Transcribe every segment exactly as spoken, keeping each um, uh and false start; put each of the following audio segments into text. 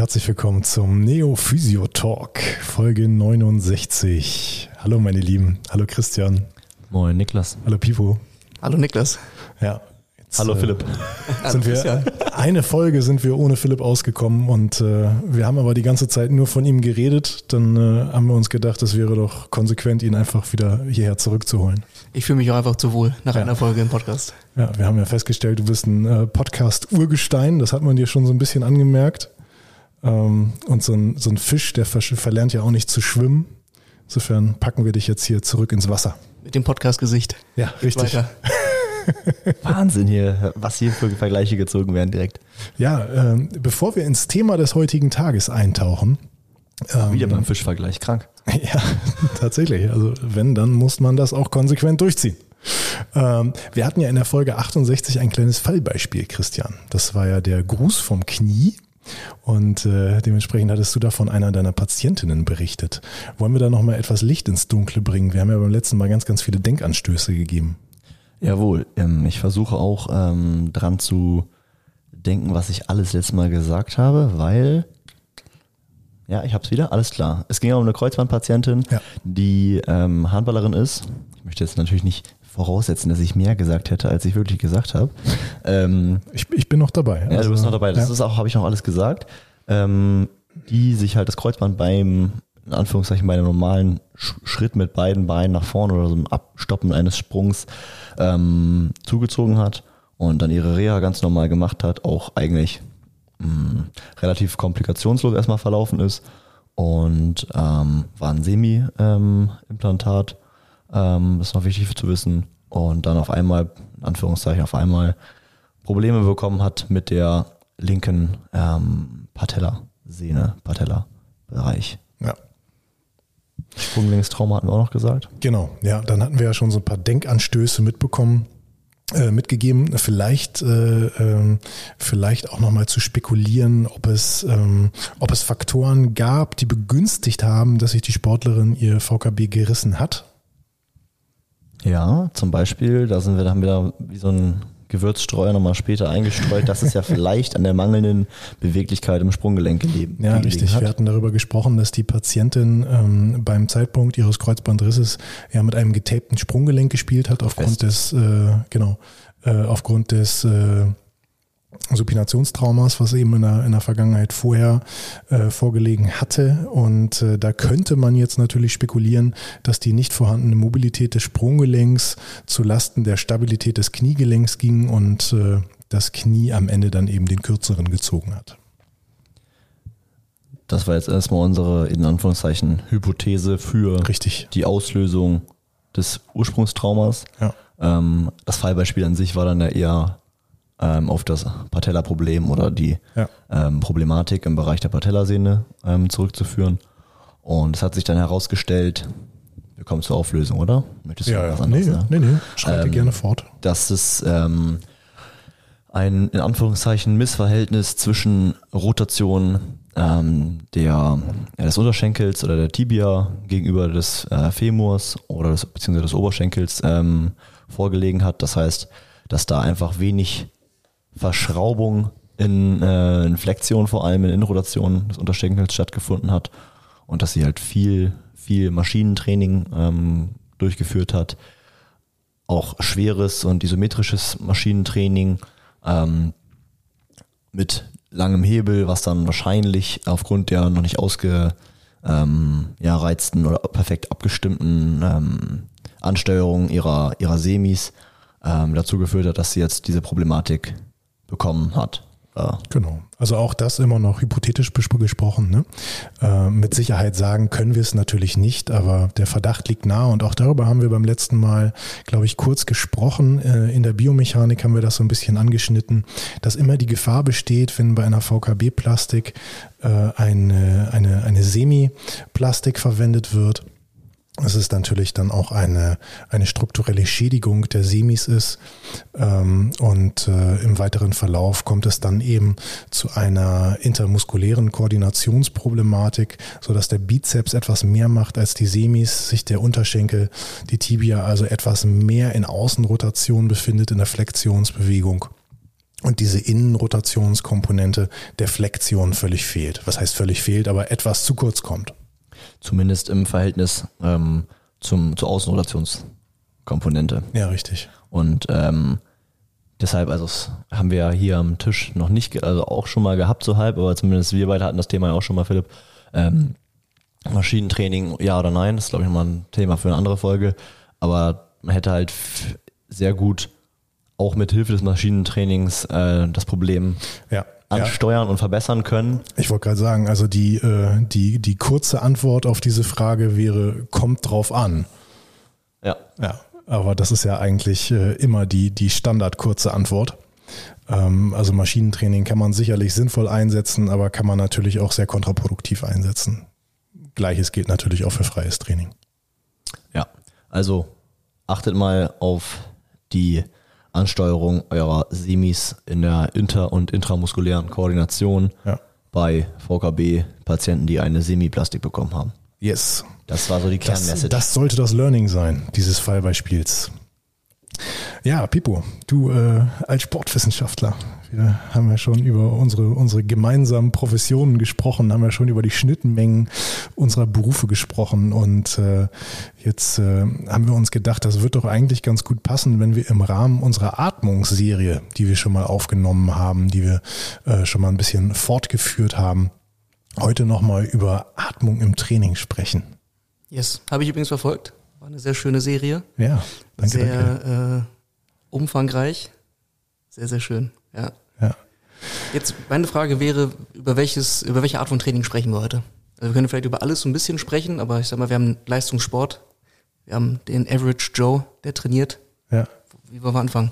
herzlich willkommen zum Neo Physio Talk, Folge neunundsechzig. Hallo meine Lieben, hallo Christian. Moin Niklas. Hallo Pipo. Hallo Niklas. Ja. Jetzt, hallo Philipp. Äh, sind wir, eine Folge sind wir ohne Philipp ausgekommen und äh, wir haben aber die ganze Zeit nur von ihm geredet. Dann äh, haben wir uns gedacht, es wäre doch konsequent, ihn einfach wieder hierher zurückzuholen. Ich fühle mich auch einfach zu wohl nach ja. einer Folge im Podcast. Ja, wir haben ja festgestellt, du bist ein äh, Podcast-Urgestein, das hat man dir schon so ein bisschen angemerkt. Ähm, und so ein, so ein Fisch, der ver- verlernt ja auch nicht zu schwimmen. Insofern packen wir dich jetzt hier zurück ins Wasser. Mit dem Podcast-Gesicht. Ja, richtig. Weiter. Wahnsinn hier, was hier für Vergleiche gezogen werden direkt. Ja, ähm, bevor wir ins Thema des heutigen Tages eintauchen. Ähm, Wieder beim Fischvergleich, krank. Ja, tatsächlich. Also wenn, dann muss man das auch konsequent durchziehen. Ähm, wir hatten ja in der Folge achtundsechzig ein kleines Fallbeispiel, Christian. Das war ja der Gruß vom Knie. Und äh, dementsprechend hattest du da von einer deiner Patientinnen berichtet. Wollen wir da nochmal etwas Licht ins Dunkle bringen? Wir haben ja beim letzten Mal ganz, ganz viele Denkanstöße gegeben. Jawohl, ähm, ich versuche auch ähm, dran zu denken, was ich alles letztes Mal gesagt habe, weil, ja, ich hab's wieder, alles klar. Es ging ja um eine Kreuzbandpatientin, ja. die ähm, Handballerin ist. Ich möchte jetzt natürlich nicht voraussetzen, dass ich mehr gesagt hätte, als ich wirklich gesagt habe. Ähm, ich, ich bin noch dabei. Ja, also, du bist noch dabei. Das ja. ist auch, habe ich noch alles gesagt. Ähm, die sich halt das Kreuzband beim, in Anführungszeichen, bei einem normalen Sch- Schritt mit beiden Beinen nach vorne oder so einem Abstoppen eines Sprungs ähm, zugezogen hat und dann ihre Reha ganz normal gemacht hat, auch eigentlich mh, relativ komplikationslos erstmal verlaufen ist und ähm, war ein Semi-Implantat. Ähm, das ist noch wichtig zu wissen. Und dann auf einmal, in Anführungszeichen, auf einmal Probleme bekommen hat mit der linken ähm, Patellasehne, Patella-Bereich. Ja. Sprunggelenks-Trauma hatten wir auch noch gesagt. Genau, ja, dann hatten wir ja schon so ein paar Denkanstöße mitbekommen, äh, mitgegeben. Vielleicht, äh, äh, vielleicht auch nochmal zu spekulieren, ob es, ähm, ob es Faktoren gab, die begünstigt haben, dass sich die Sportlerin ihr V K B gerissen hat. Ja, zum Beispiel, da sind wir, da haben wir da wie so ein Gewürzstreuer nochmal später eingestreut, dass es ja vielleicht an der mangelnden Beweglichkeit im Sprunggelenk gelegen hat. Ja, richtig. Wir hatten darüber gesprochen, dass die Patientin ähm, beim Zeitpunkt ihres Kreuzbandrisses ja mit einem getapten Sprunggelenk gespielt hat, aufgrund Fest. des, äh, genau, äh, aufgrund des äh, Supinationstraumas, was eben in der, in der Vergangenheit vorher äh, vorgelegen hatte. Und äh, da könnte man jetzt natürlich spekulieren, dass die nicht vorhandene Mobilität des Sprunggelenks zu Lasten der Stabilität des Kniegelenks ging und äh, das Knie am Ende dann eben den kürzeren gezogen hat. Das war jetzt erstmal unsere, in Anführungszeichen, Hypothese für Richtig. Die Auslösung des Ursprungstraumas. Ja. Ähm, das Fallbeispiel an sich war dann ja eher auf das Patella-Problem oder die ja. ähm, Problematik im Bereich der Patellasehne ähm, zurückzuführen. Und es hat sich dann herausgestellt, wir kommen zur Auflösung, oder? Möchtest du ja, was ja. anderes Nee, sagen? nee, nee, schreite ähm, gerne fort. Dass es ähm, ein, in Anführungszeichen, Missverhältnis zwischen Rotation ähm, der, ja, des Unterschenkels oder der Tibia gegenüber des äh, Femurs oder des, beziehungsweise des Oberschenkels ähm, vorgelegen hat. Das heißt, dass da einfach wenig Verschraubung in, äh, in Flexion, vor allem in Innenrotation des Unterschenkels stattgefunden hat und dass sie halt viel, viel Maschinentraining ähm, durchgeführt hat, auch schweres und isometrisches Maschinentraining ähm, mit langem Hebel, was dann wahrscheinlich aufgrund der noch nicht ausgereizten ähm, ja, oder perfekt abgestimmten ähm, Ansteuerung ihrer, ihrer Semis ähm, dazu geführt hat, dass sie jetzt diese Problematik bekommen hat. Ja. Genau. Also auch das immer noch hypothetisch bes- gesprochen. Ne? Äh, mit Sicherheit sagen können wir es natürlich nicht, aber der Verdacht liegt nahe und auch darüber haben wir beim letzten Mal, glaube ich, kurz gesprochen. Äh, in der Biomechanik haben wir das so ein bisschen angeschnitten, dass immer die Gefahr besteht, wenn bei einer V K B-Plastik äh, eine, eine, eine Semiplastik verwendet wird, dass es natürlich dann auch eine, eine strukturelle Schädigung der Semis ist ähm, und äh, im weiteren Verlauf kommt es dann eben zu einer intermuskulären Koordinationsproblematik, sodass der Bizeps etwas mehr macht als die Semis, sich der Unterschenkel, die Tibia also etwas mehr in Außenrotation befindet, in der Flexionsbewegung. und diese Innenrotationskomponente der Flexion völlig fehlt. Was heißt völlig fehlt, aber etwas zu kurz kommt. Zumindest im Verhältnis ähm, zum, zur Außenrotationskomponente. Ja, richtig. Und ähm, deshalb, also das haben wir hier am Tisch noch nicht, ge- also auch schon mal gehabt so halb, aber zumindest wir beide hatten das Thema ja auch schon mal, Philipp. Ähm, Maschinentraining, ja oder nein, das ist glaube ich nochmal ein Thema für eine andere Folge, aber man hätte halt f- sehr gut auch mit Hilfe des Maschinentrainings äh, das Problem Ja. ansteuern ja. und verbessern können. Ich wollte gerade sagen, also die, äh, die, die kurze Antwort auf diese Frage wäre, kommt drauf an. Ja. Ja, aber das ist ja eigentlich äh, immer die, die standardkurze Antwort. Ähm, also Maschinentraining kann man sicherlich sinnvoll einsetzen, aber kann man natürlich auch sehr kontraproduktiv einsetzen. Gleiches gilt natürlich auch für freies Training. Ja, also achtet mal auf die Ansteuerung eurer Semis in der inter- und intramuskulären Koordination Ja. bei V K B-Patienten, die eine Semiplastik bekommen haben. Yes. Das war so die Das, Kernmessage. das sollte das Learning sein, dieses Fallbeispiels. Ja, Pipo, du äh, als Sportwissenschaftler, wir haben ja schon über unsere, unsere gemeinsamen Professionen gesprochen, haben ja schon über die Schnittmengen unserer Berufe gesprochen und äh, jetzt äh, haben wir uns gedacht, das wird doch eigentlich ganz gut passen, wenn wir im Rahmen unserer Atmungsserie, die wir schon mal aufgenommen haben, die wir äh, schon mal ein bisschen fortgeführt haben, heute nochmal über Atmung im Training sprechen. Yes, habe ich übrigens verfolgt. War eine sehr schöne Serie. Ja, danke, sehr danke. Äh, umfangreich. Sehr, sehr schön. Ja. Ja. Jetzt, meine Frage wäre, über welches, über welche Art von Training sprechen wir heute? Also wir können vielleicht über alles so ein bisschen sprechen, aber ich sag mal, wir haben Leistungssport. Wir haben den Average Joe, der trainiert. Ja. Wie wollen wir anfangen?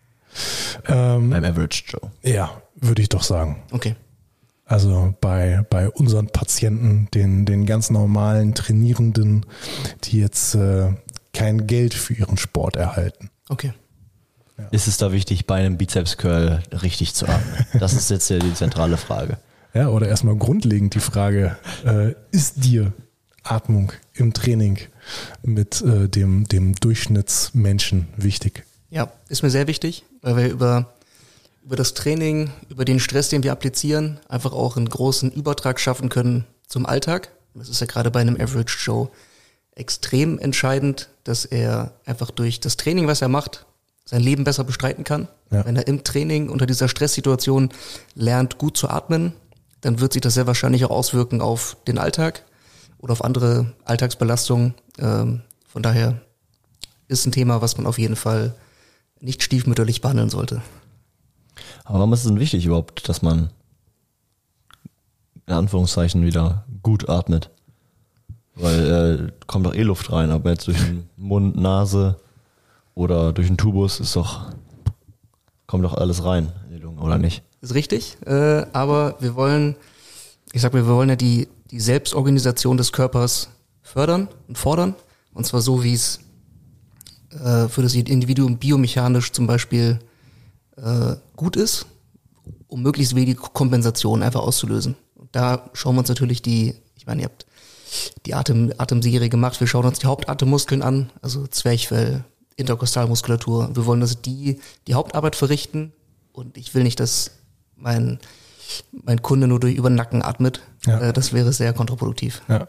Ähm, Beim Average Joe. ja, würde ich doch sagen. Okay. Also bei, bei unseren Patienten, den, den ganz normalen Trainierenden, die jetzt äh, kein Geld für ihren Sport erhalten. Okay. Ist es da wichtig, bei einem Bizeps-Curl richtig zu atmen? Das ist jetzt ja die zentrale Frage. Ja, oder erstmal grundlegend die Frage, äh, ist dir Atmung im Training mit äh, dem, dem Durchschnittsmenschen wichtig? Ja, ist mir sehr wichtig, weil wir über, über das Training, über den Stress, den wir applizieren, einfach auch einen großen Übertrag schaffen können zum Alltag. Das ist ja gerade bei einem Average Joe extrem entscheidend, dass er einfach durch das Training, was er macht, sein Leben besser bestreiten kann. Ja. Wenn er im Training unter dieser Stresssituation lernt, gut zu atmen, dann wird sich das sehr wahrscheinlich auch auswirken auf den Alltag oder auf andere Alltagsbelastungen. Ähm, von daher ist ein Thema, was man auf jeden Fall nicht stiefmütterlich behandeln sollte. Aber warum ist es denn wichtig überhaupt, dass man in Anführungszeichen wieder gut atmet? Weil äh, kommt doch eh Luft rein, aber jetzt durch den Mund, Nase oder durch den Tubus ist doch, kommt doch alles rein in die Lunge, oder nicht? Ist richtig, äh, aber wir wollen, ich sag mal, wir wollen ja die, die Selbstorganisation des Körpers fördern und fordern. Und zwar so, wie es äh, für das Individuum biomechanisch zum Beispiel äh, gut ist, um möglichst wenig Kompensation einfach auszulösen. Und da schauen wir uns natürlich die, ich meine, ihr habt die Atem, Atemserie gemacht, wir schauen uns die Hauptatemmuskeln an, also Zwerchfell, Interkostalmuskulatur. Wir wollen, dass die die Hauptarbeit verrichten und ich will nicht, dass mein, mein Kunde nur durch über den Nacken atmet. Ja. Äh, das wäre sehr kontraproduktiv. Ja.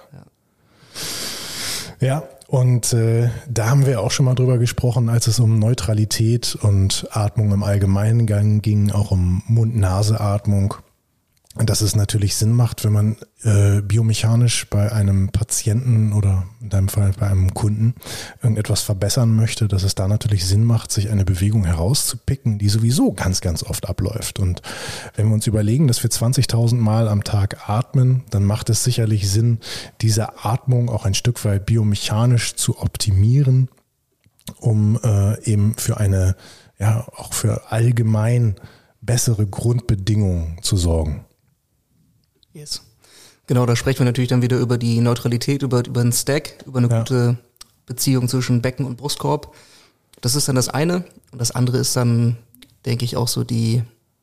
Ja, und äh, da haben wir auch schon mal drüber gesprochen, als es um Neutralität und Atmung im Allgemeinen ging, auch um Mund-Nase-Atmung. Dass es natürlich Sinn macht, wenn man äh, biomechanisch bei einem Patienten oder in deinem Fall bei einem Kunden irgendetwas verbessern möchte, dass es da natürlich Sinn macht, sich eine Bewegung herauszupicken, die sowieso ganz, ganz oft abläuft. Und wenn wir uns überlegen, dass wir zwanzigtausend Mal am Tag atmen, dann macht es sicherlich Sinn, diese Atmung auch ein Stück weit biomechanisch zu optimieren, um äh, eben für eine, ja, auch für allgemein bessere Grundbedingungen zu sorgen. Yes. Genau, da sprechen wir natürlich dann wieder über die Neutralität, über, über einen Stack, über eine ja. gute Beziehung zwischen Becken und Brustkorb. Das ist dann das eine. Und das andere ist dann, denke ich, auch so die,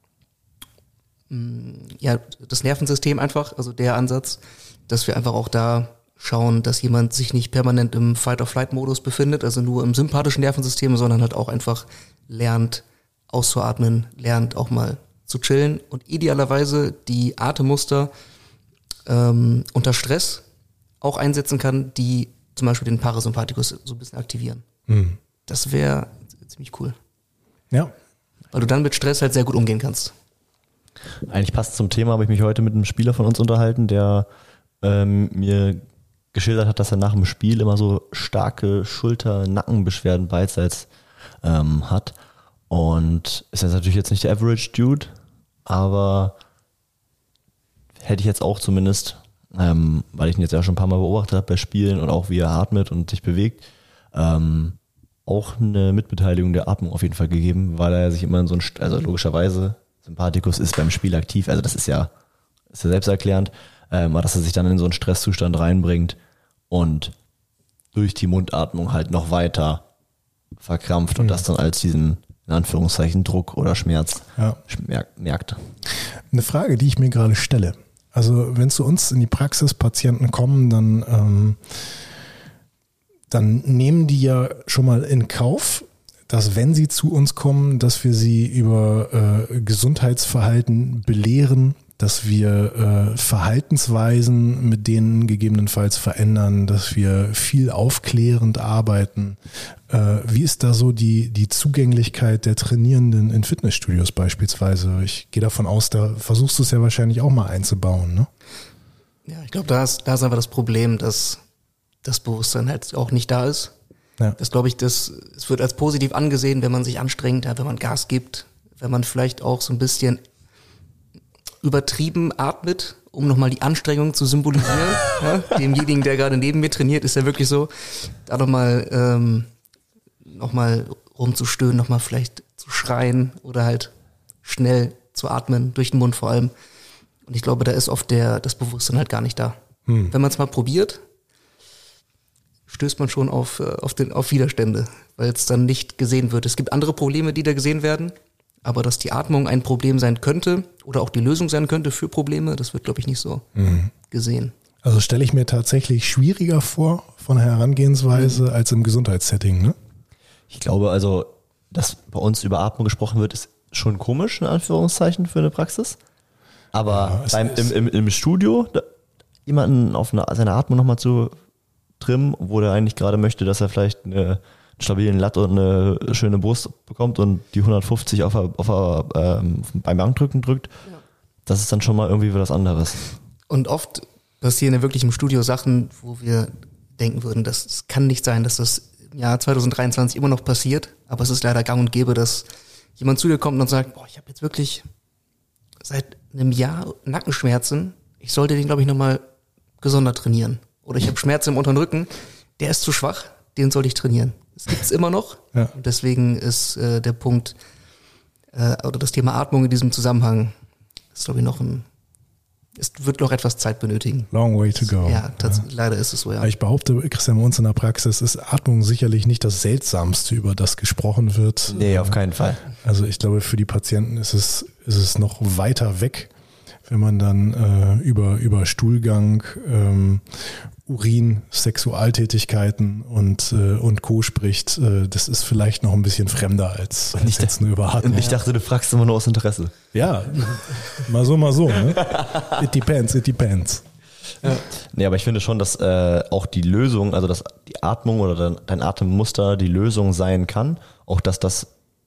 ja, das Nervensystem einfach, also der Ansatz, dass wir einfach auch da schauen, dass jemand sich nicht permanent im Fight-or-Flight-Modus befindet, also nur im sympathischen Nervensystem, sondern halt auch einfach lernt, auszuatmen, lernt auch mal zu chillen und idealerweise die Atemmuster ähm, unter Stress auch einsetzen kann, die zum Beispiel den Parasympathikus so ein bisschen aktivieren. Mhm. Das wäre ziemlich cool. Ja. Weil du dann mit Stress halt sehr gut umgehen kannst. Eigentlich passt zum Thema, habe ich mich heute mit einem Spieler von uns unterhalten, der ähm, mir geschildert hat, dass er nach dem Spiel immer so starke Schulter-Nackenbeschwerden beidseits ähm, hat. Und ist jetzt natürlich jetzt nicht der Average Dude, aber hätte ich jetzt auch zumindest, ähm, weil ich ihn jetzt ja schon ein paar Mal beobachtet habe bei Spielen und auch wie er atmet und sich bewegt, ähm, auch eine Mitbeteiligung der Atmung auf jeden Fall gegeben, weil er sich immer in so ein, also logischerweise, Sympathikus ist beim Spiel aktiv, also das ist ja, ist ja selbsterklärend, ähm, dass er sich dann in so einen Stresszustand reinbringt und durch die Mundatmung halt noch weiter verkrampft und mhm. das dann als diesen, in Anführungszeichen, Druck oder Schmerz ja. merkt. Eine Frage, die ich mir gerade stelle. Also wenn zu uns in die Praxis Patienten kommen, dann, ähm, dann nehmen die ja schon mal in Kauf, dass wenn sie zu uns kommen, dass wir sie über äh, Gesundheitsverhalten belehren, dass wir äh, Verhaltensweisen mit denen gegebenenfalls verändern, dass wir viel aufklärend arbeiten. Äh, wie ist da so die, die Zugänglichkeit der Trainierenden in Fitnessstudios beispielsweise? Ich gehe davon aus, da versuchst du es ja wahrscheinlich auch mal einzubauen, ne? Ja, ich glaube, da ist, da ist einfach das Problem, dass das Bewusstsein halt auch nicht da ist. Ja. Das glaube ich, das, es wird als positiv angesehen, wenn man sich anstrengt, wenn man Gas gibt, wenn man vielleicht auch so ein bisschen übertrieben atmet, um nochmal die Anstrengung zu symbolisieren. Ja, demjenigen, der gerade neben mir trainiert, ist ja wirklich so, da nochmal ähm, nochmal rumzustöhnen, nochmal vielleicht zu schreien oder halt schnell zu atmen, durch den Mund vor allem. Und ich glaube, da ist oft der das Bewusstsein halt gar nicht da. Hm. Wenn man es mal probiert, stößt man schon auf, auf, den, auf Widerstände, weil es dann nicht gesehen wird. Es gibt andere Probleme, die da gesehen werden, aber dass die Atmung ein Problem sein könnte oder auch die Lösung sein könnte für Probleme, das wird, glaube ich, nicht so mhm. gesehen. Also stelle ich mir tatsächlich schwieriger vor von der Herangehensweise mhm. als im Gesundheitssetting, ne? Ich glaube also, dass bei uns über Atmung gesprochen wird, ist schon komisch, in Anführungszeichen, für eine Praxis. Aber ja, beim, im, im, im Studio da, jemanden auf eine, seine Atmung nochmal zu trimmen, wo der eigentlich gerade möchte, dass er vielleicht eine stabilen Latt und eine schöne Brust bekommt und die hundertfünfzig auf, auf, auf, ähm, beim Bankdrücken drückt, ja. Das ist dann schon mal irgendwie was anderes. Und oft passieren ja wirklich im Studio Sachen, wo wir denken würden, das kann nicht sein, dass das im Jahr zwanzig dreiundzwanzig immer noch passiert, aber es ist leider gang und gäbe, dass jemand zu dir kommt und sagt, boah, ich habe jetzt wirklich seit einem Jahr Nackenschmerzen, ich sollte den, glaube ich, nochmal gesondert trainieren. Oder ich habe Schmerzen im unteren Rücken, der ist zu schwach, den soll ich trainieren. Das gibt's immer noch. Ja. Und deswegen ist äh, der Punkt äh, oder das Thema Atmung in diesem Zusammenhang ist, glaube ich, noch ein, es wird noch etwas Zeit benötigen. Long way to go. Ja, tats- ja. leider ist es so, ja. Ich behaupte, Christian, bei uns in der Praxis ist Atmung sicherlich nicht das Seltsamste, über das gesprochen wird. Nee, auf keinen Fall. Also ich glaube, für die Patienten ist es, ist es noch weiter weg, wenn man dann äh, über, über Stuhlgang, ähm, Urin, Sexualtätigkeiten und, äh, und Co. spricht. Äh, das ist vielleicht noch ein bisschen fremder als, als jetzt nur über Atmung. Ich dachte, du fragst immer nur aus Interesse. Ja, mal so, mal so. Ne? It depends, it depends. Ja. Nee, aber ich finde schon, dass äh, auch die Lösung, also dass die Atmung oder dein, dein Atemmuster die Lösung sein kann, auch dass das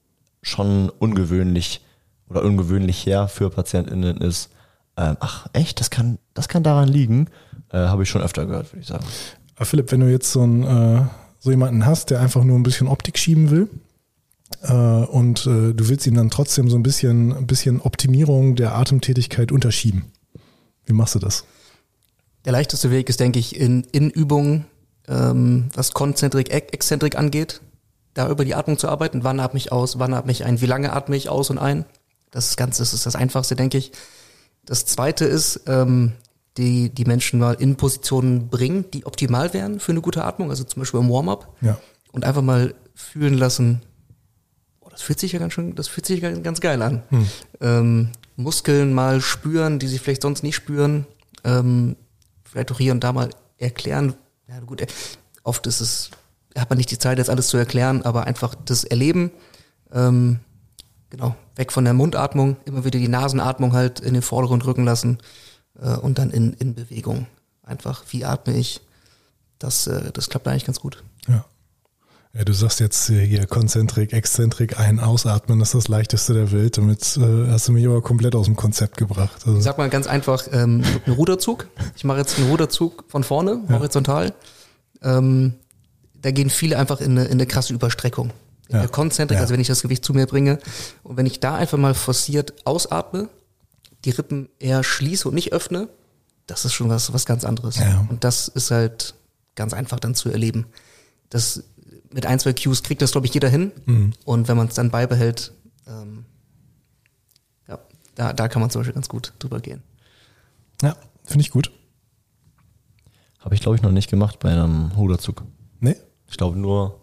schon ungewöhnlich oder ungewöhnlich her für PatientInnen ist. Ähm, ach echt, das kann, das kann daran liegen, äh, habe ich schon öfter gehört, würde ich sagen. Aber Philipp, wenn du jetzt so, einen, äh, so jemanden hast, der einfach nur ein bisschen Optik schieben will äh, und äh, du willst ihm dann trotzdem so ein bisschen, ein bisschen Optimierung der Atemtätigkeit unterschieben, wie machst du das? Der leichteste Weg ist, denke ich, in, in Übungen, ähm, was Konzentrik, Exzentrik angeht, da über die Atmung zu arbeiten. Wann atme ich aus, wann atme ich ein, wie lange atme ich aus und ein? Das Ganze das ist das Einfachste, denke ich. Das Zweite ist, ähm, die die Menschen mal in Positionen bringen, die optimal wären für eine gute Atmung, also zum Beispiel im Warm-up. Ja. Und einfach mal fühlen lassen, oh, das fühlt sich ja ganz schön, das fühlt sich ganz geil an. Hm. Ähm, Muskeln mal spüren, die sie vielleicht sonst nicht spüren. Ähm, vielleicht auch hier und da mal erklären. Ja gut, oft ist es, hat man nicht die Zeit, jetzt alles zu erklären, aber einfach das Erleben. Ähm, genau, weg von der Mundatmung, immer wieder die Nasenatmung halt in den Vordergrund rücken lassen äh, und dann in, in Bewegung. Einfach, wie atme ich? Das, äh, das klappt eigentlich ganz gut. Ja. Ja, du sagst jetzt hier Konzentrik, Exzentrik, ein, ausatmen, das ist das leichteste der Welt. Damit äh, hast du mich aber komplett aus dem Konzept gebracht. Also, Ich sag mal ganz einfach, ähm, einen Ruderzug. Ich mache jetzt einen Ruderzug von vorne, Ja. horizontal. Ähm, da gehen viele einfach in eine, in eine krasse Überstreckung. In Ja. der Konzentrik, Ja. also wenn ich das Gewicht zu mir bringe. Und wenn ich da einfach mal forciert ausatme, die Rippen eher schließe und nicht öffne, das ist schon was, was ganz anderes. Ja. Und das ist halt ganz einfach dann zu erleben. Das mit ein, zwei Cues kriegt das, glaube ich, jeder hin. Mhm. Und wenn man es dann beibehält, ähm, ja, da, da kann man zum Beispiel ganz gut drüber gehen. ja, finde ich gut. Habe ich, glaube ich, noch nicht gemacht bei einem Ruderzug. Nee? Ich glaube nur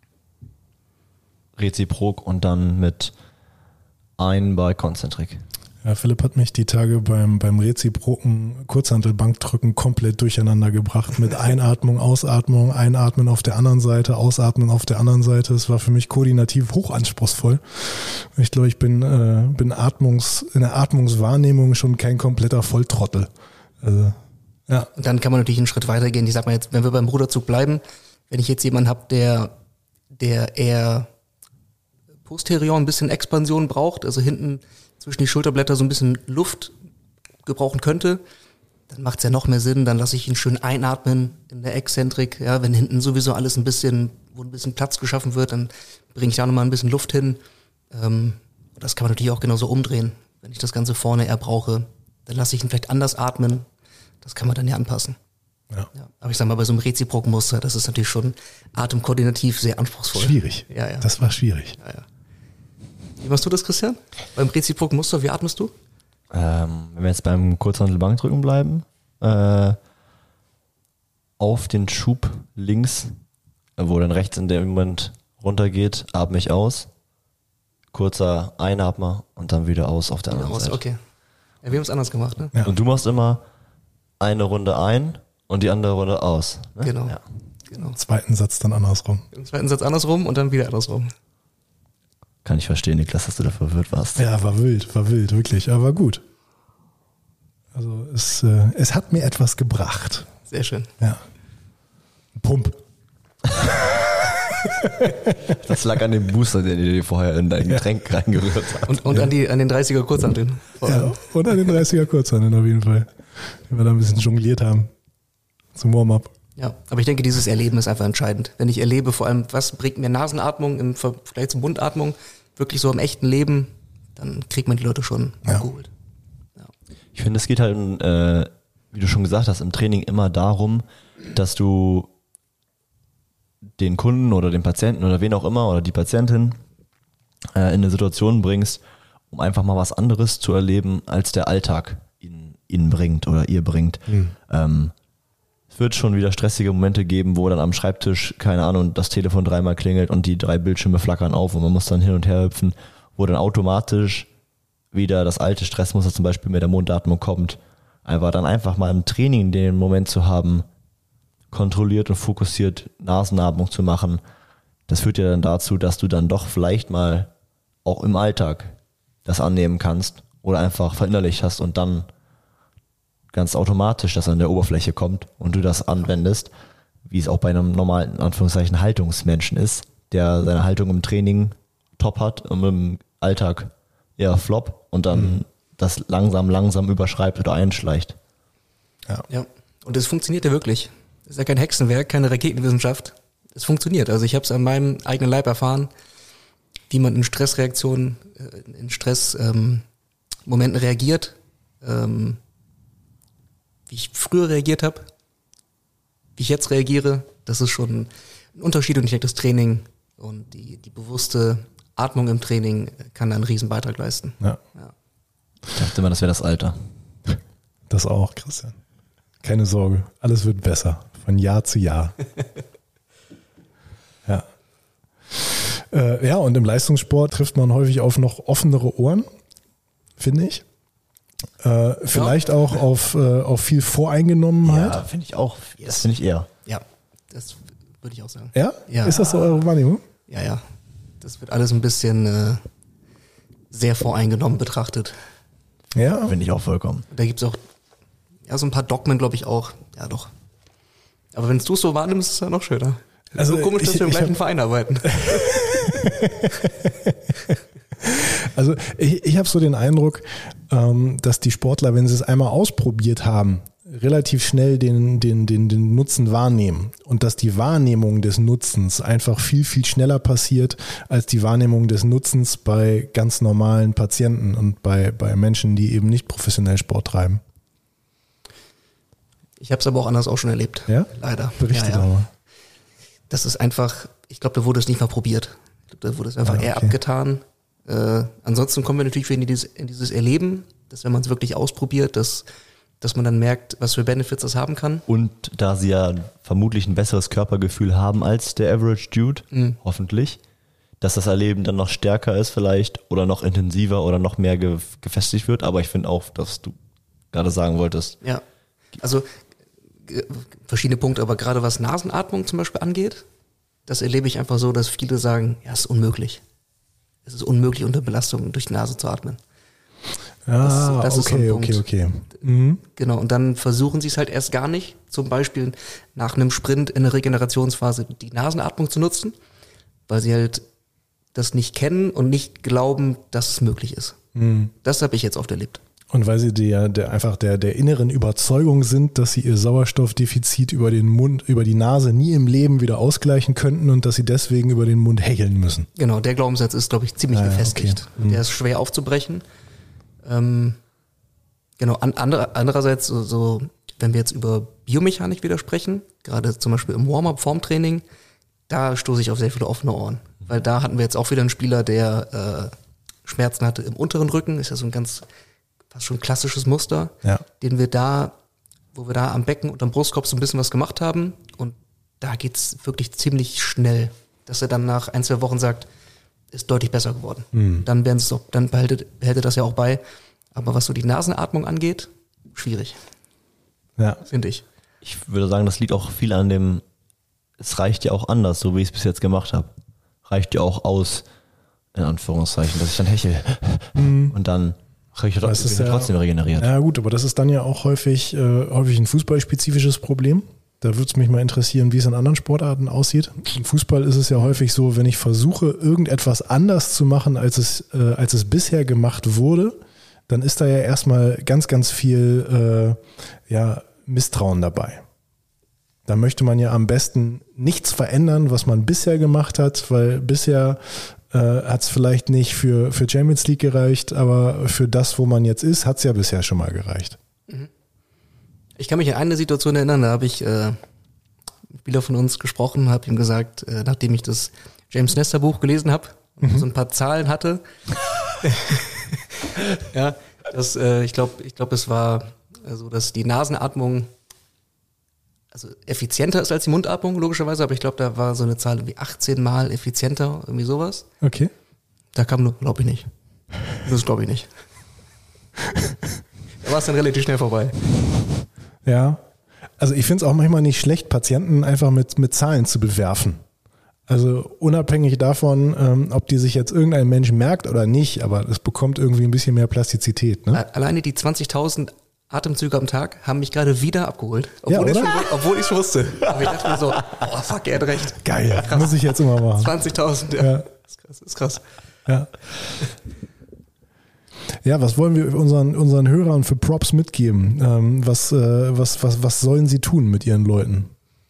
reziprok und dann mit ein bei Konzentrik. Ja, Philipp hat mich die Tage beim, beim reziproken Kurzhantelbankdrücken komplett durcheinander gebracht. Mit Einatmung, Ausatmung, Einatmen auf der anderen Seite, Ausatmen auf der anderen Seite. Es war für mich koordinativ hochanspruchsvoll. Ich glaube, ich bin, äh, bin Atmungs, in der Atmungswahrnehmung schon kein kompletter Volltrottel. Also, ja. Und dann kann man natürlich einen Schritt weitergehen. Ich sag mal jetzt, wenn wir beim Ruderzug bleiben, wenn ich jetzt jemanden habe, der, der eher posterior ein bisschen Expansion braucht, also hinten zwischen die Schulterblätter so ein bisschen Luft gebrauchen könnte, dann macht es ja noch mehr Sinn, dann lasse ich ihn schön einatmen in der Exzentrik, ja, wenn hinten sowieso alles ein bisschen, wo ein bisschen Platz geschaffen wird, dann bringe ich da nochmal ein bisschen Luft hin. Ähm, das kann man natürlich auch genauso umdrehen. Wenn ich das Ganze vorne eher brauche, dann lasse ich ihn vielleicht anders atmen. Das kann man dann ja anpassen. Ja. Ja, aber ich sag mal, bei so einem reziproken Muster, das ist natürlich schon atemkoordinativ sehr anspruchsvoll. Schwierig. Ja, ja. Das war schwierig. Ja, ja. Wie machst du das, Christian? Beim reziproken Muster, wie atmest du? Ähm, wenn wir jetzt beim Kurzhantelbankdrücken bleiben, äh, auf den Schub links, wo dann rechts in dem Moment runtergeht, atme ich aus. Kurzer Einatmer und dann wieder aus auf der anderen Aus, Seite. okay. Ja, wir haben es anders gemacht, ne? Ja. Und du machst immer eine Runde ein und die andere Runde aus. Ne? Genau. Ja. Genau. Zweiten Satz dann andersrum. Im zweiten Satz andersrum und dann wieder andersrum. Kann ich verstehen, Niklas, dass du da verwirrt warst. Ja, war wild, war wild, wirklich, aber gut. Also es, äh, es hat mir etwas gebracht. Sehr schön. Ja. Pump. Das lag an dem Booster, den ihr dir vorher in dein Getränk reingerührt habt. Und, und an, die, an den dreißiger Kurzhanteln. Ja, und an den dreißiger Kurzhanteln auf jeden Fall. Den wir da ein bisschen jongliert haben. Zum Warm-up. Ja, aber ich denke, dieses Erleben ist einfach entscheidend. Wenn ich erlebe, vor allem, was bringt mir Nasenatmung im Vergleich zur Mundatmung, wirklich so im echten Leben, dann kriegt man die Leute schon Ja. abgeholt. Ja. Ich finde, es geht halt, äh, wie du schon gesagt hast, im Training immer darum, dass du den Kunden oder den Patienten oder wen auch immer oder die Patientin äh, in eine Situation bringst, um einfach mal was anderes zu erleben, als der Alltag ihn, ihn bringt oder ihr bringt. Mhm. Ähm, es wird schon wieder stressige Momente geben, wo dann am Schreibtisch, keine Ahnung, das Telefon dreimal klingelt und die drei Bildschirme flackern auf und man muss dann hin und her hüpfen, wo dann automatisch wieder das alte Stressmuster zum Beispiel mit der Mundatmung kommt. Einfach dann einfach mal im Training den Moment zu haben, kontrolliert und fokussiert Nasenatmung zu machen, das führt ja dann dazu, dass du dann doch vielleicht mal auch im Alltag das annehmen kannst oder einfach verinnerlicht hast und dann ganz automatisch das an der Oberfläche kommt und du das anwendest, wie es auch bei einem normalen, in Anführungszeichen, Haltungsmenschen ist, der seine Haltung im Training top hat und im Alltag eher flop und dann mhm. das langsam, langsam überschreibt oder einschleicht. Ja. Ja, und es funktioniert ja wirklich. Das ist ja kein Hexenwerk, keine Raketenwissenschaft. Es funktioniert. Also ich habe es an meinem eigenen Leib erfahren, wie man in Stressreaktionen, in Stressmomenten ähm, reagiert, ähm, wie ich früher reagiert habe, wie ich jetzt reagiere. Das ist schon ein Unterschied und ich denke, das Training und die, die bewusste Atmung im Training kann da einen riesen Beitrag leisten. Ja. Ja. Ich dachte immer, das wäre das Alter. Das auch, Christian. Keine Sorge, alles wird besser. Von Jahr zu Jahr. Ja. Äh, ja, und im Leistungssport trifft man häufig auf noch offenere Ohren, finde ich. Äh, vielleicht ja. auch auf, äh, auf viel Voreingenommenheit. Ja, finde ich auch. Yes. Das finde ich eher. Ja, das würde ich auch sagen. Ja? Ja. Ist das so eure Wahrnehmung? Ja, ja. Das wird alles ein bisschen, äh, sehr voreingenommen betrachtet. Ja, Finde ich auch vollkommen. Da gibt's auch ja so ein paar Dogmen, glaube ich, auch. Ja, doch. Aber wenn du es so wahrnimmst, ist es ja noch schöner. Also so komisch, ich- dass wir im ich gleichen hab- Verein arbeiten. also ich, ich habe so den Eindruck, ähm, dass die Sportler, wenn sie es einmal ausprobiert haben, relativ schnell den, den, den, den Nutzen wahrnehmen und dass die Wahrnehmung des Nutzens einfach viel, viel schneller passiert als die Wahrnehmung des Nutzens bei ganz normalen Patienten und bei, bei Menschen, die eben nicht professionell Sport treiben. Ich habe es aber auch anders auch schon erlebt. Ja? Leider. Berichte ja, ja. doch mal. Das ist einfach, ich glaube, da wurde es nicht mal probiert. Ich glaube, da wurde es einfach Ah, eher okay. abgetan. Äh, ansonsten kommen wir natürlich wieder in dieses, in dieses Erleben, dass wenn man es wirklich ausprobiert, dass, dass man dann merkt, was für Benefits das haben kann. Und da sie ja vermutlich ein besseres Körpergefühl haben als der Average Dude, Mhm. hoffentlich, dass das Erleben dann noch stärker ist vielleicht oder noch intensiver oder noch mehr ge- gefestigt wird. Aber ich finde auch, dass du gerade sagen wolltest, Ja. Also g- verschiedene Punkte, aber gerade was Nasenatmung zum Beispiel angeht, das erlebe ich einfach so, dass viele sagen, ja, es ist unmöglich. Es ist unmöglich, unter Belastung durch die Nase zu atmen. Ah, das ist so ein okay, Punkt. okay, okay. Mhm. Genau, und dann versuchen sie es halt erst gar nicht, zum Beispiel nach einem Sprint in der Regenerationsphase die Nasenatmung zu nutzen, weil sie halt das nicht kennen und nicht glauben, dass es möglich ist. Mhm. Das habe ich jetzt oft erlebt. Und weil sie der, der einfach der, der inneren Überzeugung sind, dass sie ihr Sauerstoffdefizit über den Mund, über die Nase nie im Leben wieder ausgleichen könnten und dass sie deswegen über den Mund hecheln müssen. Genau, der Glaubenssatz ist, glaube ich, ziemlich Ah, ja, gefestigt. okay. Mhm. Der ist schwer aufzubrechen. Ähm, genau, an, andere, andererseits, so, so, wenn wir jetzt über Biomechanik wieder sprechen, gerade zum Beispiel im Warm-up, Formtraining, da stoße ich auf sehr viele offene Ohren. Weil da hatten wir jetzt auch wieder einen Spieler, der äh, Schmerzen hatte im unteren Rücken, ist ja so ein ganz, fast schon klassisches Muster, Ja. den wir da, wo wir da am Becken und am Brustkorb so ein bisschen was gemacht haben und da geht's wirklich ziemlich schnell, dass er dann nach ein, zwei Wochen sagt, ist deutlich besser geworden. Mhm. Dann werden es dann behält, behält er das ja auch bei. Aber was so die Nasenatmung angeht, schwierig, Ja. finde ich. ich würde sagen, das liegt auch viel an dem, es reicht ja auch anders, so wie ich es bis jetzt gemacht habe. Reicht ja auch aus, in Anführungszeichen, dass ich dann hechel. Und dann kriege ich Aber es ist ja- trotzdem regeneriert. Ja gut, aber das ist dann ja auch häufig, äh, häufig ein fußballspezifisches Problem. Da würde es mich mal interessieren, wie es in anderen Sportarten aussieht. Im Fußball ist es ja häufig so, wenn ich versuche, irgendetwas anders zu machen, als es, äh, als es bisher gemacht wurde, dann ist da ja erstmal ganz, ganz viel äh, ja, Misstrauen dabei. Da möchte man ja am besten nichts verändern, was man bisher gemacht hat, weil bisher äh, hat es vielleicht nicht für, für Champions League gereicht, aber für das, wo man jetzt ist, hat es ja bisher schon mal gereicht. Ich kann mich an eine Situation erinnern, da habe ich äh, mit Spieler von uns gesprochen, habe ihm gesagt, äh, nachdem ich das James Nestor Buch gelesen habe, und so ein paar Zahlen hatte, ja, das, äh, ich glaube, ich glaube, es war so, also, dass die Nasenatmung also effizienter ist als die Mundatmung, logischerweise, aber ich glaube, da war so eine Zahl wie achtzehn Mal effizienter, irgendwie sowas. Okay. Da kam nur, glaube ich nicht. Das glaube ich nicht. Da war es dann relativ schnell vorbei. Ja, also ich finde es auch manchmal nicht schlecht, Patienten einfach mit, mit Zahlen zu bewerfen. Also unabhängig davon, ähm, ob die sich jetzt irgendein Mensch merkt oder nicht, aber es bekommt irgendwie ein bisschen mehr Plastizität. Ne? Alleine die zwanzigtausend Atemzüge am Tag haben mich gerade wieder abgeholt. Ja, Obwohl, ich, oder? schon, obwohl ich schon wusste. Aber ich dachte mir so, oh fuck, er hat recht. Geil, muss ich jetzt immer machen. zwanzigtausend, ja. Ja. Das ist krass. Das ist krass. Ja. Ja, was wollen wir unseren, unseren Hörern für Props mitgeben? Ähm, was, äh, was, was, was sollen sie tun mit ihren Leuten?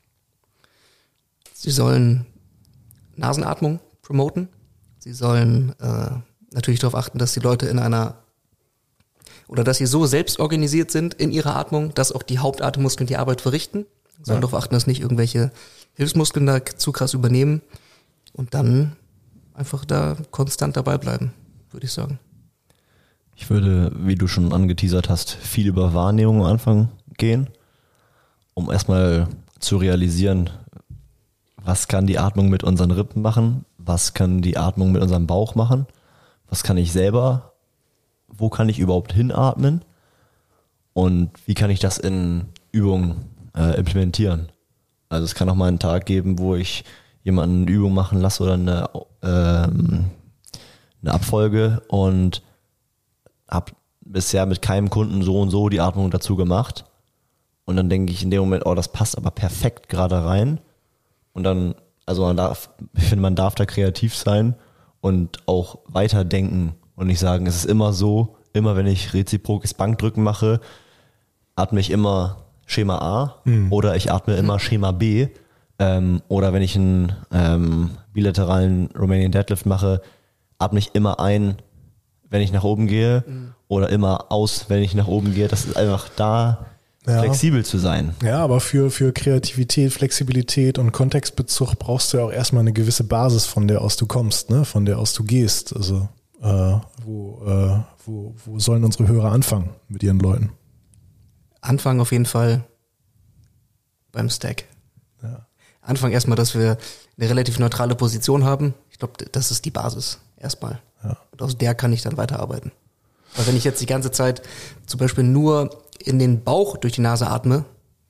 Sie sollen Nasenatmung promoten. Sie sollen äh, natürlich darauf achten, dass die Leute in einer oder dass sie so selbst organisiert sind in ihrer Atmung, dass auch die Hauptatemmuskeln die Arbeit verrichten. Sie sollen Ja. darauf achten, dass nicht irgendwelche Hilfsmuskeln da zu krass übernehmen und dann einfach da konstant dabei bleiben, würde ich sagen. Ich würde, wie du schon angeteasert hast, viel über Wahrnehmung am Anfang gehen, um erstmal zu realisieren, was kann die Atmung mit unseren Rippen machen, was kann die Atmung mit unserem Bauch machen, was kann ich selber, wo kann ich überhaupt hinatmen und wie kann ich das in Übungen äh, implementieren. Also es kann auch mal einen Tag geben, wo ich jemanden eine Übung machen lasse oder eine, ähm, eine eine Abfolge und habe bisher mit keinem Kunden so und so die Atmung dazu gemacht. Und dann denke ich in dem Moment, oh, das passt aber perfekt gerade rein. Und dann, also man darf, ich finde, man darf da kreativ sein und auch weiterdenken und nicht sagen, es ist immer so, immer wenn ich reziprokes Bankdrücken mache, atme ich immer Schema A mhm. oder ich atme immer Schema B. Ähm, oder wenn ich einen ähm, bilateralen Romanian Deadlift mache, atme ich immer ein, wenn ich nach oben gehe mhm. oder immer aus, wenn ich nach oben gehe. Das ist einfach da, ja. flexibel zu sein. Ja, aber für, für Kreativität, Flexibilität und Kontextbezug brauchst du ja auch erstmal eine gewisse Basis, von der aus du kommst, ne? Von der aus du gehst. Also äh, wo, äh, wo, wo sollen unsere Hörer anfangen mit ihren Leuten? Anfangen auf jeden Fall beim Stack. Ja. Anfangen erstmal, dass wir eine relativ neutrale Position haben. Ich glaube, das ist die Basis erstmal. Ja. Und aus der kann ich dann weiterarbeiten. Weil wenn ich jetzt die ganze Zeit zum Beispiel nur in den Bauch durch die Nase atme,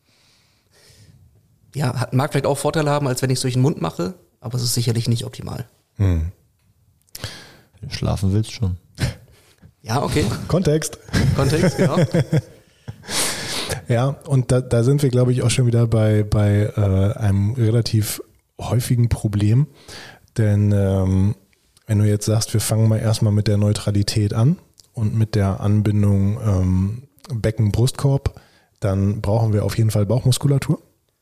ja, hat, mag vielleicht auch Vorteile haben, als wenn ich es durch den Mund mache, aber es ist sicherlich nicht optimal. Hm. Wenn du schlafen willst, schon. Ja, okay. Kontext. Kontext, genau. Ja, und da, da sind wir, glaube ich, auch schon wieder bei, bei äh, einem relativ häufigen Problem. Denn ähm, wenn du jetzt sagst, wir fangen mal erstmal mit der Neutralität an und mit der Anbindung ähm, Becken-Brustkorb, dann brauchen wir auf jeden Fall Bauchmuskulatur.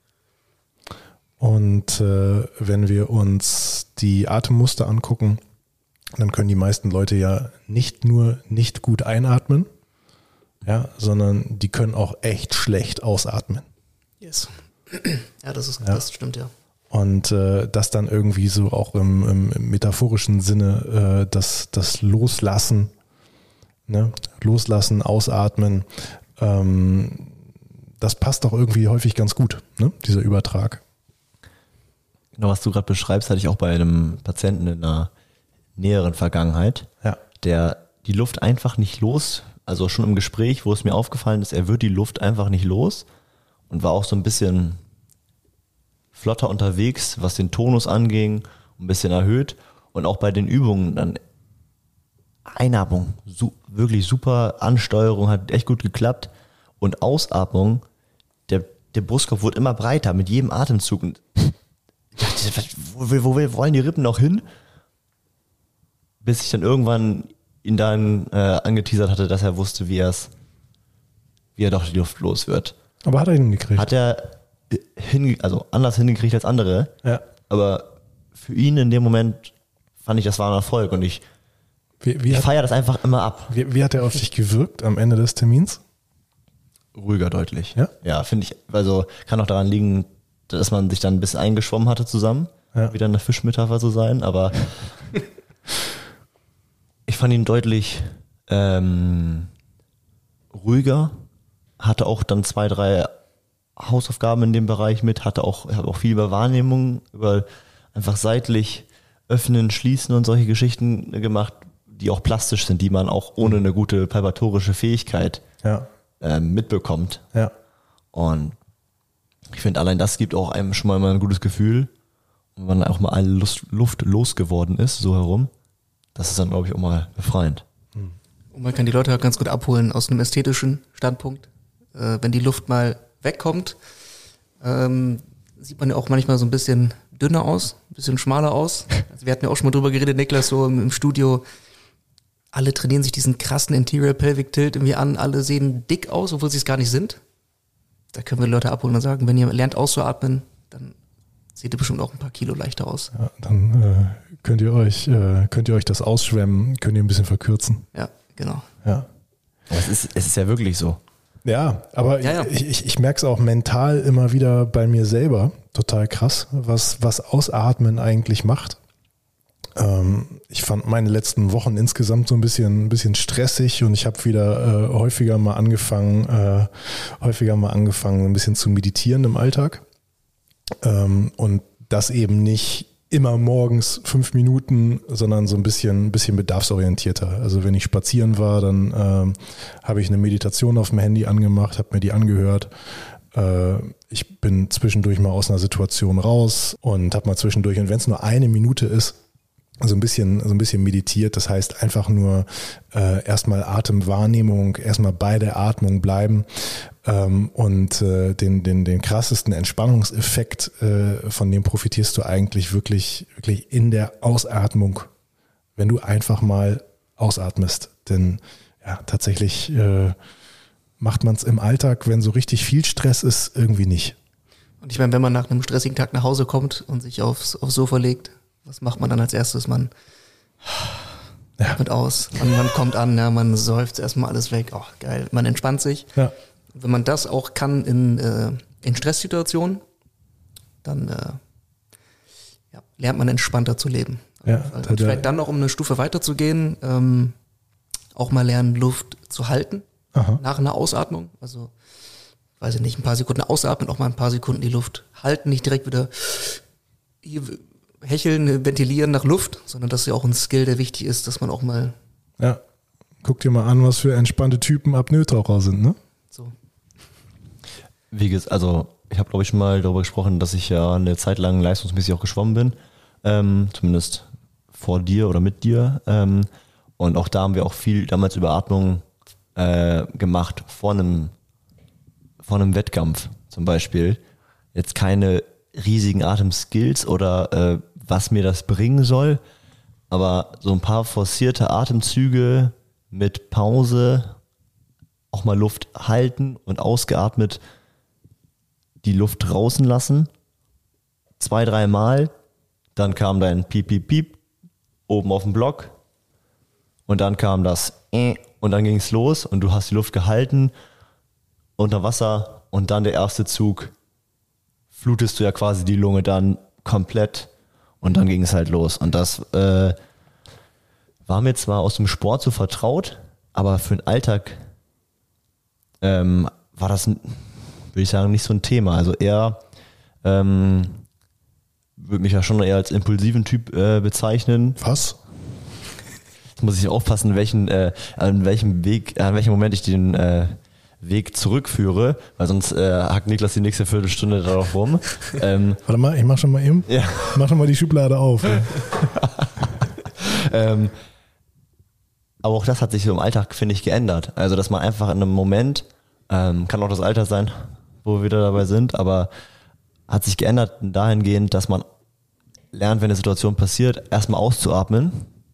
Und äh, wenn wir uns die Atemmuster angucken, dann können die meisten Leute ja nicht nur nicht gut einatmen, ja, sondern die können auch echt schlecht ausatmen. Yes. Ja, das ist, ja. das stimmt, ja. Und äh, das dann irgendwie so auch im, im, im metaphorischen Sinne, äh, das, das Loslassen, ne? Loslassen, Ausatmen, ähm, das passt doch irgendwie häufig ganz gut, ne? Dieser Übertrag. Genau, was du gerade beschreibst, hatte ich auch bei einem Patienten in einer näheren Vergangenheit, ja. der die Luft einfach nicht los, also schon im Gespräch, wo es mir aufgefallen ist, er wird die Luft einfach nicht los und war auch so ein bisschen flotter unterwegs, was den Tonus anging, ein bisschen erhöht und auch bei den Übungen dann Einatmung, su- wirklich super, Ansteuerung hat echt gut geklappt und Ausatmung, der, der Brustkorb wurde immer breiter mit jedem Atemzug und ich dachte, wo, wo, wo wollen die Rippen noch hin? Bis ich dann irgendwann ihn dann äh, angeteasert hatte, dass er wusste, wie er es, wie er doch die Luft los wird. Aber hat er hingekriegt? Hat er hinge- also anders hingekriegt als andere. Ja. Aber für ihn in dem Moment fand ich, das war ein Erfolg und ich, Wie, wie ich hat, feiere das einfach immer ab. wie, wie hat er auf dich gewirkt am Ende des Termins? Ruhiger deutlich. Ja? Ja, finde ich, also kann auch daran liegen, dass man sich dann ein bisschen eingeschwommen hatte zusammen. Ja. Wieder eine Fischmetapher zu sein, aber ich fand ihn deutlich ähm, ruhiger, hatte auch dann zwei, drei Hausaufgaben in dem Bereich mit, hatte auch, habe auch viel über Wahrnehmung, über einfach seitlich öffnen, schließen und solche Geschichten gemacht, die auch plastisch sind, die man auch ohne eine gute palpatorische Fähigkeit Ja. ähm, mitbekommt. Ja. Und ich finde, allein das gibt auch einem schon mal immer ein gutes Gefühl, wenn man auch mal alle Lust, Luft losgeworden ist, so herum. Das ist dann, glaube ich, auch mal befreiend. Und man kann die Leute halt ganz gut abholen aus einem ästhetischen Standpunkt. Äh, wenn die Luft mal wegkommt, ähm, sieht man ja auch manchmal so ein bisschen dünner aus, ein bisschen schmaler aus. Also wir hatten ja auch schon mal drüber geredet, Niklas, so im, im Studio. Alle trainieren sich diesen krassen Anterior Pelvic Tilt irgendwie an. Alle sehen dick aus, obwohl sie es gar nicht sind. Da können wir die Leute abholen und sagen, wenn ihr lernt auszuatmen, dann seht ihr bestimmt auch ein paar Kilo leichter aus. Ja, dann äh, könnt ihr euch, äh, könnt ihr euch das Ausschwemmen, könnt ihr ein bisschen verkürzen. Ja, genau. Ja. Aber es ist, es ist ja wirklich so. Ja, aber Ja, ja. ich, ich, ich merke es auch mental immer wieder bei mir selber. Total krass, was, was Ausatmen eigentlich macht. Ähm, ich fand meine letzten Wochen insgesamt so ein bisschen, ein bisschen stressig und ich habe wieder äh, häufiger mal angefangen, äh, häufiger mal angefangen, ein bisschen zu meditieren im Alltag. Ähm, und das eben nicht immer morgens fünf Minuten, sondern so ein bisschen, ein bisschen bedarfsorientierter. Also wenn ich spazieren war, dann ähm, habe ich eine Meditation auf dem Handy angemacht, habe mir die angehört. Äh, ich bin zwischendurch mal aus einer Situation raus und habe mal zwischendurch, und wenn es nur eine Minute ist, so ein bisschen, so ein bisschen meditiert. Das heißt einfach nur äh, erstmal Atemwahrnehmung, erstmal bei der Atmung bleiben ähm, und äh, den, den, den krassesten Entspannungseffekt, äh, von dem profitierst du eigentlich wirklich, wirklich in der Ausatmung, wenn du einfach mal ausatmest. Denn ja, tatsächlich äh, macht man es im Alltag, wenn so richtig viel Stress ist, irgendwie nicht. Und ich meine, wenn man nach einem stressigen Tag nach Hause kommt und sich aufs, aufs Sofa legt, was macht man dann als erstes? Man Ja. atmet aus, man, man kommt an, ja, man seufzt erstmal alles weg. Oh, geil, man entspannt sich. Ja. Wenn man das auch kann in, äh, in Stresssituationen, dann äh, ja, lernt man entspannter zu leben. Ja, und da- vielleicht dann noch, um eine Stufe weiter zu gehen, ähm, auch mal lernen, Luft zu halten Aha. nach einer Ausatmung. Also, weiß ich nicht, ein paar Sekunden ausatmen, auch mal ein paar Sekunden die Luft halten, nicht direkt wieder hier hecheln, ventilieren nach Luft, sondern das ist ja auch ein Skill, der wichtig ist, dass man auch mal Ja. Guck dir mal an, was für entspannte Typen Apnoe-Taucher sind, ne? so. Wie gesagt, also ich habe glaube ich schon mal darüber gesprochen, dass ich ja eine Zeit lang leistungsmäßig auch geschwommen bin, ähm, zumindest vor dir oder mit dir. Ähm, und auch da haben wir auch viel damals über Atmung äh, gemacht vor einem, vor einem Wettkampf zum Beispiel. Jetzt keine riesigen Atemskills oder äh, was mir das bringen soll, aber so ein paar forcierte Atemzüge mit Pause, auch mal Luft halten und ausgeatmet die Luft draußen lassen, zwei, dreimal, dann kam dein Piep, Piep, Piep oben auf dem Block und dann kam das äh, und dann ging es los und du hast die Luft gehalten unter Wasser und dann der erste Zug flutest du ja quasi die Lunge dann komplett und dann ging es halt los. Und das äh, war mir zwar aus dem Sport so vertraut, aber für den Alltag ähm, war das, würde ich sagen, nicht so ein Thema. Also eher, ähm, würde mich ja schon eher als impulsiven Typ äh, bezeichnen. Was? Jetzt muss ich aufpassen, welchen, äh, an welchem Weg, an welchem Moment ich den äh, Weg zurückführe, weil sonst äh, hackt Niklas die nächste Viertelstunde darauf rum. ähm, Warte mal, ich mach schon mal eben. ja. Mach schon mal die Schublade auf. Ja. ähm, aber auch das hat sich so im Alltag, finde ich, geändert. Also, dass man einfach in einem Moment, ähm, kann auch das Alter sein, wo wir wieder dabei sind, aber hat sich geändert dahingehend, dass man lernt, wenn eine Situation passiert, erstmal auszuatmen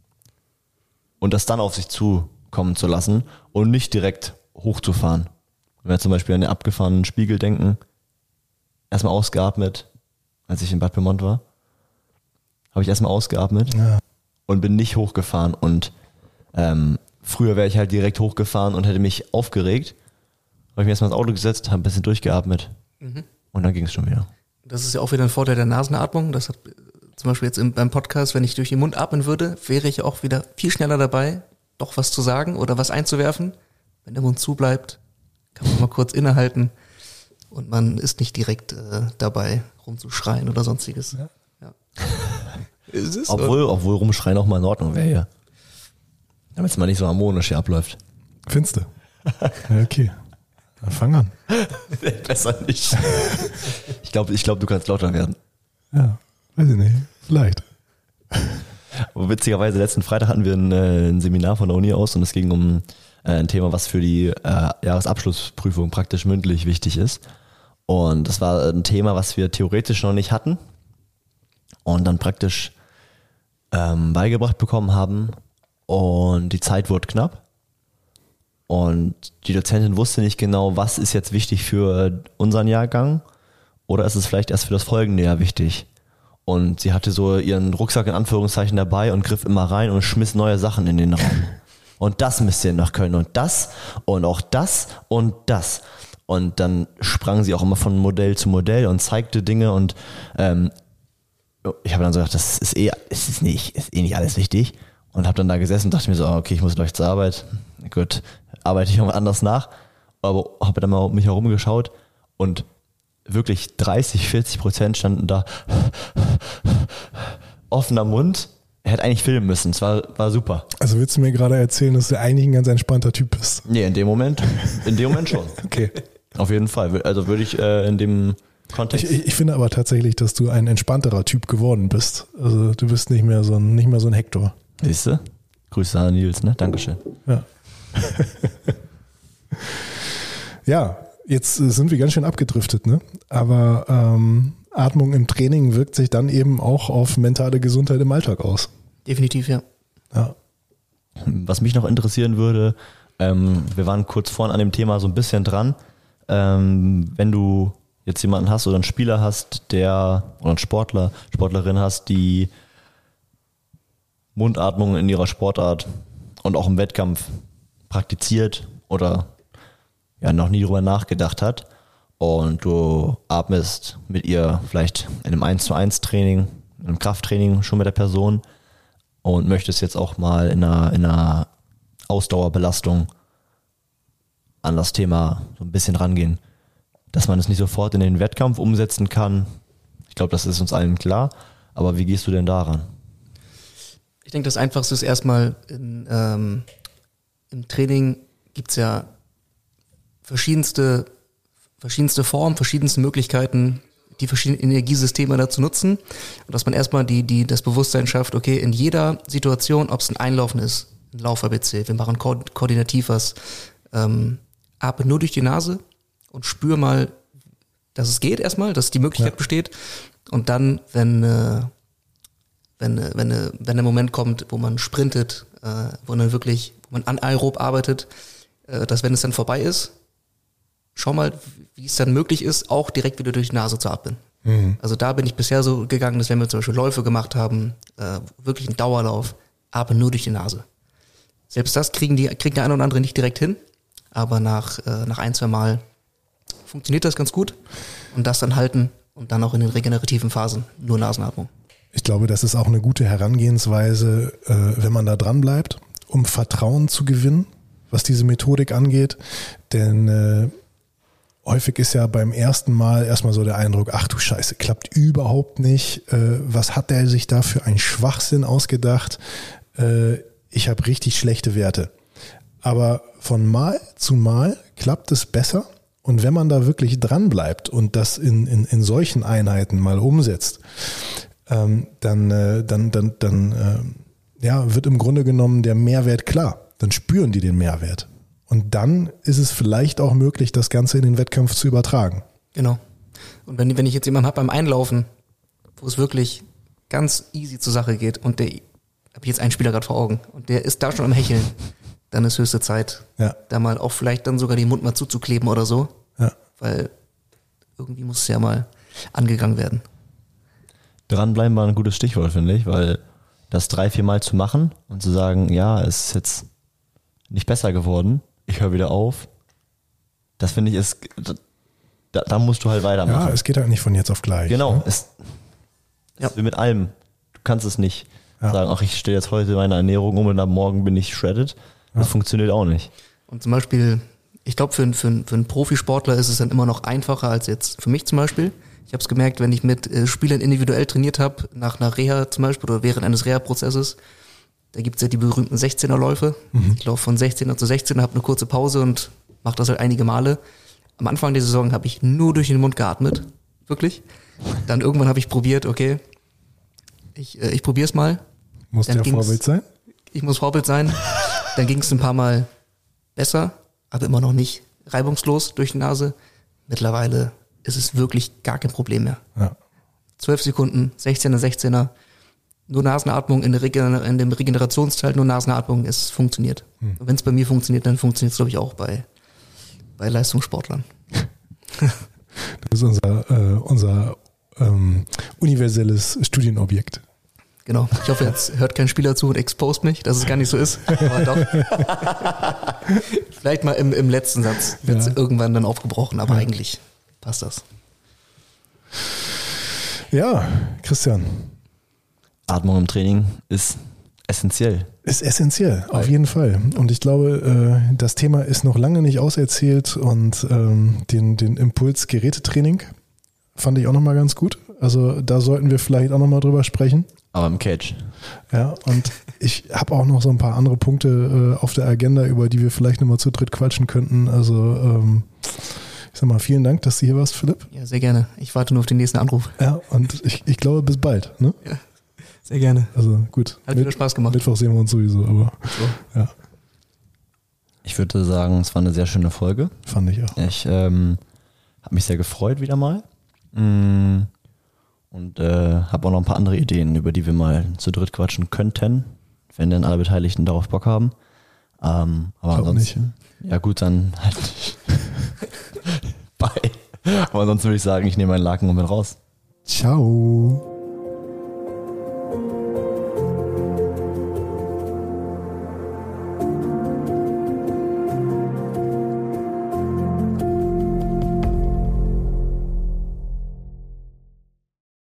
und das dann auf sich zukommen zu lassen und nicht direkt hochzufahren. Wenn wir zum Beispiel an den abgefahrenen Spiegel denken, erstmal ausgeatmet, als ich in Bad Pyrmont war, habe ich erstmal ausgeatmet Ja. und bin nicht hochgefahren und ähm, früher wäre ich halt direkt hochgefahren und hätte mich aufgeregt, habe ich mir erstmal ins Auto gesetzt, habe ein bisschen durchgeatmet Mhm. und dann ging es schon wieder. Das ist ja auch wieder ein Vorteil der Nasenatmung. Das hat äh, zum Beispiel jetzt im, beim Podcast, wenn ich durch den Mund atmen würde, wäre ich auch wieder viel schneller dabei, doch was zu sagen oder was einzuwerfen. Wenn der Mund zu bleibt, kann man mal kurz innehalten und man ist nicht direkt äh, dabei, rumzuschreien oder sonstiges. Ja. Ja. Ist es, Obwohl, obwohl rumschreien auch mal in Ordnung wäre hier. Damit es mal nicht so harmonisch hier abläuft. Findest du? Ja, okay. Dann fang an. Besser nicht. Ich glaube, ich glaub, du kannst lauter werden. Ja, weiß ich nicht. Vielleicht. Aber witzigerweise, letzten Freitag hatten wir ein, äh, ein Seminar von der Uni aus und es ging um äh, ein Thema, was für die äh, Jahresabschlussprüfung praktisch mündlich wichtig ist. Und das war ein Thema, was wir theoretisch noch nicht hatten und dann praktisch ähm, beigebracht bekommen haben. Und die Zeit wurde knapp. Und die Dozentin wusste nicht genau, was ist jetzt wichtig für unseren Jahrgang oder ist es vielleicht erst für das folgende Jahr wichtig. Und sie hatte so ihren Rucksack in Anführungszeichen dabei und griff immer rein und schmiss neue Sachen in den Raum. Und das müsst ihr noch können und das und auch das und das. Und dann sprang sie auch immer von Modell zu Modell und zeigte Dinge und ähm, ich habe dann so gedacht, das ist eh, es ist nicht, ist eh nicht alles wichtig. Und habe dann da gesessen und dachte mir so, okay, ich muss gleich zur Arbeit. Gut, arbeite ich irgendwann anders nach. Aber habe dann mal um mich herumgeschaut und wirklich dreißig, vierzig Prozent standen da offener Mund. Er hätte eigentlich filmen müssen. Es war, war super. Also willst du mir gerade erzählen, dass du eigentlich ein ganz entspannter Typ bist? Nee, in dem Moment, in dem Moment schon. Okay. Auf jeden Fall. Also würde ich äh, in dem Kontext. Ich, ich finde aber tatsächlich, dass du ein entspannterer Typ geworden bist. Also du bist nicht mehr so ein, nicht mehr so ein Hektor. Siehst du? Grüße an Nils, ne? Dankeschön. Ja. Ja, jetzt sind wir ganz schön abgedriftet, ne? Aber ähm, Atmung im Training wirkt sich dann eben auch auf mentale Gesundheit im Alltag aus. Definitiv, ja. Ja. Was mich noch interessieren würde, ähm, wir waren kurz vorhin an dem Thema so ein bisschen dran. Ähm, wenn du jetzt jemanden hast oder einen Spieler hast, der oder einen Sportler, Sportlerin hast, die Mundatmung in ihrer Sportart und auch im Wettkampf praktiziert oder ja noch nie drüber nachgedacht hat und du atmest mit ihr vielleicht in einem eins zu eins Training, in einem Krafttraining schon mit der Person und möchtest jetzt auch mal in einer, in einer Ausdauerbelastung an das Thema so ein bisschen rangehen. Dass man es nicht sofort in den Wettkampf umsetzen kann, ich glaube, das ist uns allen klar, aber wie gehst du denn daran? Ich denke, das Einfachste ist erstmal, in, ähm, im Training gibt's ja verschiedenste, verschiedenste Formen, verschiedenste Möglichkeiten, die verschiedenen Energiesysteme dazu nutzen. Und dass man erstmal die, die, das Bewusstsein schafft, okay, in jeder Situation, ob es ein Einlaufen ist, ein Lauf-A B C, wir machen ko- koordinativ was, ähm, atme nur durch die Nase und spür mal, dass es geht erstmal, dass die Möglichkeit ja. besteht. Und dann, wenn, äh, wenn, äh, wenn, äh, wenn der Moment kommt, wo man sprintet, äh, wo man wirklich, wo man anaerob arbeitet, äh, dass wenn es dann vorbei ist, schau mal, wie es dann möglich ist, auch direkt wieder durch die Nase zu atmen. Mhm. Also da bin ich bisher so gegangen, dass wenn wir zum Beispiel Läufe gemacht haben, äh, wirklich einen Dauerlauf, atmen nur durch die Nase. Selbst das kriegen die, kriegt der eine oder andere nicht direkt hin, aber nach, äh, nach ein, zwei Mal funktioniert das ganz gut und das dann halten und dann auch in den regenerativen Phasen nur Nasenatmung. Ich glaube, das ist auch eine gute Herangehensweise, äh, wenn man da dran bleibt, um Vertrauen zu gewinnen, was diese Methodik angeht, denn äh, häufig ist ja beim ersten Mal erstmal so der Eindruck, ach du Scheiße, klappt überhaupt nicht. Äh, was hat der sich da für einen Schwachsinn ausgedacht? Äh, ich habe richtig schlechte Werte. Aber von Mal zu Mal klappt es besser. Und wenn man da wirklich dran bleibt und das in, in, in solchen Einheiten mal umsetzt, ähm, dann, äh, dann, dann, dann äh, ja, wird im Grunde genommen der Mehrwert klar. Dann spüren die den Mehrwert. Und dann ist es vielleicht auch möglich, das Ganze in den Wettkampf zu übertragen. Genau. Und wenn, wenn ich jetzt jemanden habe beim Einlaufen, wo es wirklich ganz easy zur Sache geht und der, habe ich jetzt einen Spieler gerade vor Augen und der ist da schon am Hecheln, dann ist höchste Zeit, ja. da mal auch vielleicht dann sogar den Mund mal zuzukleben oder so. Ja. Weil irgendwie muss es ja mal angegangen werden. Dranbleiben war ein gutes Stichwort, finde ich, weil das drei, vier Mal zu machen und zu sagen, ja, es ist jetzt nicht besser geworden, ich höre wieder auf, das finde ich ist, da, da musst du halt weitermachen. Ja, es geht halt nicht von jetzt auf gleich. Genau, ne? es, es ja. wie mit allem. Du kannst es nicht ja. sagen, ach, ich stelle jetzt heute meine Ernährung um und am Morgen bin ich shredded. Das ja. funktioniert auch nicht. Und zum Beispiel, ich glaube, für, für, für einen Profisportler ist es dann immer noch einfacher als jetzt für mich zum Beispiel. Ich habe es gemerkt, wenn ich mit äh, Spielern individuell trainiert habe, nach einer Reha zum Beispiel oder während eines Reha-Prozesses, da gibt's ja die berühmten sechzehner-Läufe. Mhm. Ich laufe von sechzehner zu sechzehner, habe eine kurze Pause und mache das halt einige Male. Am Anfang der Saison habe ich nur durch den Mund geatmet, wirklich. Dann irgendwann habe ich probiert, okay, ich, äh, ich probiere es mal. Muss der Vorbild sein? Ich muss Vorbild sein. Dann ging es ein paar Mal besser, aber immer noch nicht reibungslos durch die Nase. Mittlerweile ist es wirklich gar kein Problem mehr. Ja. Zwölf Sekunden, sechzehner, sechzehner, nur Nasenatmung, in, der Regener- in dem Regenerationsteil nur Nasenatmung, es funktioniert. Hm. Und wenn es bei mir funktioniert, dann funktioniert es, glaube ich, auch bei, bei Leistungssportlern. Das ist unser, äh, unser ähm, universelles Studienobjekt. Genau. Ich hoffe, jetzt hört kein Spieler zu und exposed mich, dass es gar nicht so ist. Aber doch. Vielleicht mal im, im letzten Satz wird es ja. irgendwann dann aufgebrochen, aber ja. eigentlich passt das. Ja, Christian. Atmung im Training ist essentiell. Ist essentiell, auf jeden Fall. Und ich glaube, äh, das Thema ist noch lange nicht auserzählt und ähm, den, den Impuls Gerätetraining fand ich auch nochmal ganz gut. Also da sollten wir vielleicht auch nochmal drüber sprechen. Aber im Catch. Ja, und ich habe auch noch so ein paar andere Punkte äh, auf der Agenda, über die wir vielleicht nochmal zu dritt quatschen könnten. Also ähm, Ich sag mal, vielen Dank, dass du hier warst, Philipp. Ja, sehr gerne. Ich warte nur auf den nächsten Anruf. Ja, und ich, ich glaube, bis bald. Ne? Ja, sehr gerne. Also gut. Hat wieder Spaß gemacht. Mittwoch sehen wir uns sowieso, aber So. ja, Ich würde sagen, es war eine sehr schöne Folge. fand ich auch. Ich ähm, habe mich sehr gefreut wieder mal. Mm, Und äh, habe auch noch ein paar andere Ideen, über die wir mal zu dritt quatschen könnten, wenn dann alle Beteiligten darauf Bock haben. Ähm, aber Glaub ansonsten, ja gut, dann halt nicht. Bye. Aber ansonsten würde ich sagen, ich nehme meinen Laken und bin raus. Ciao.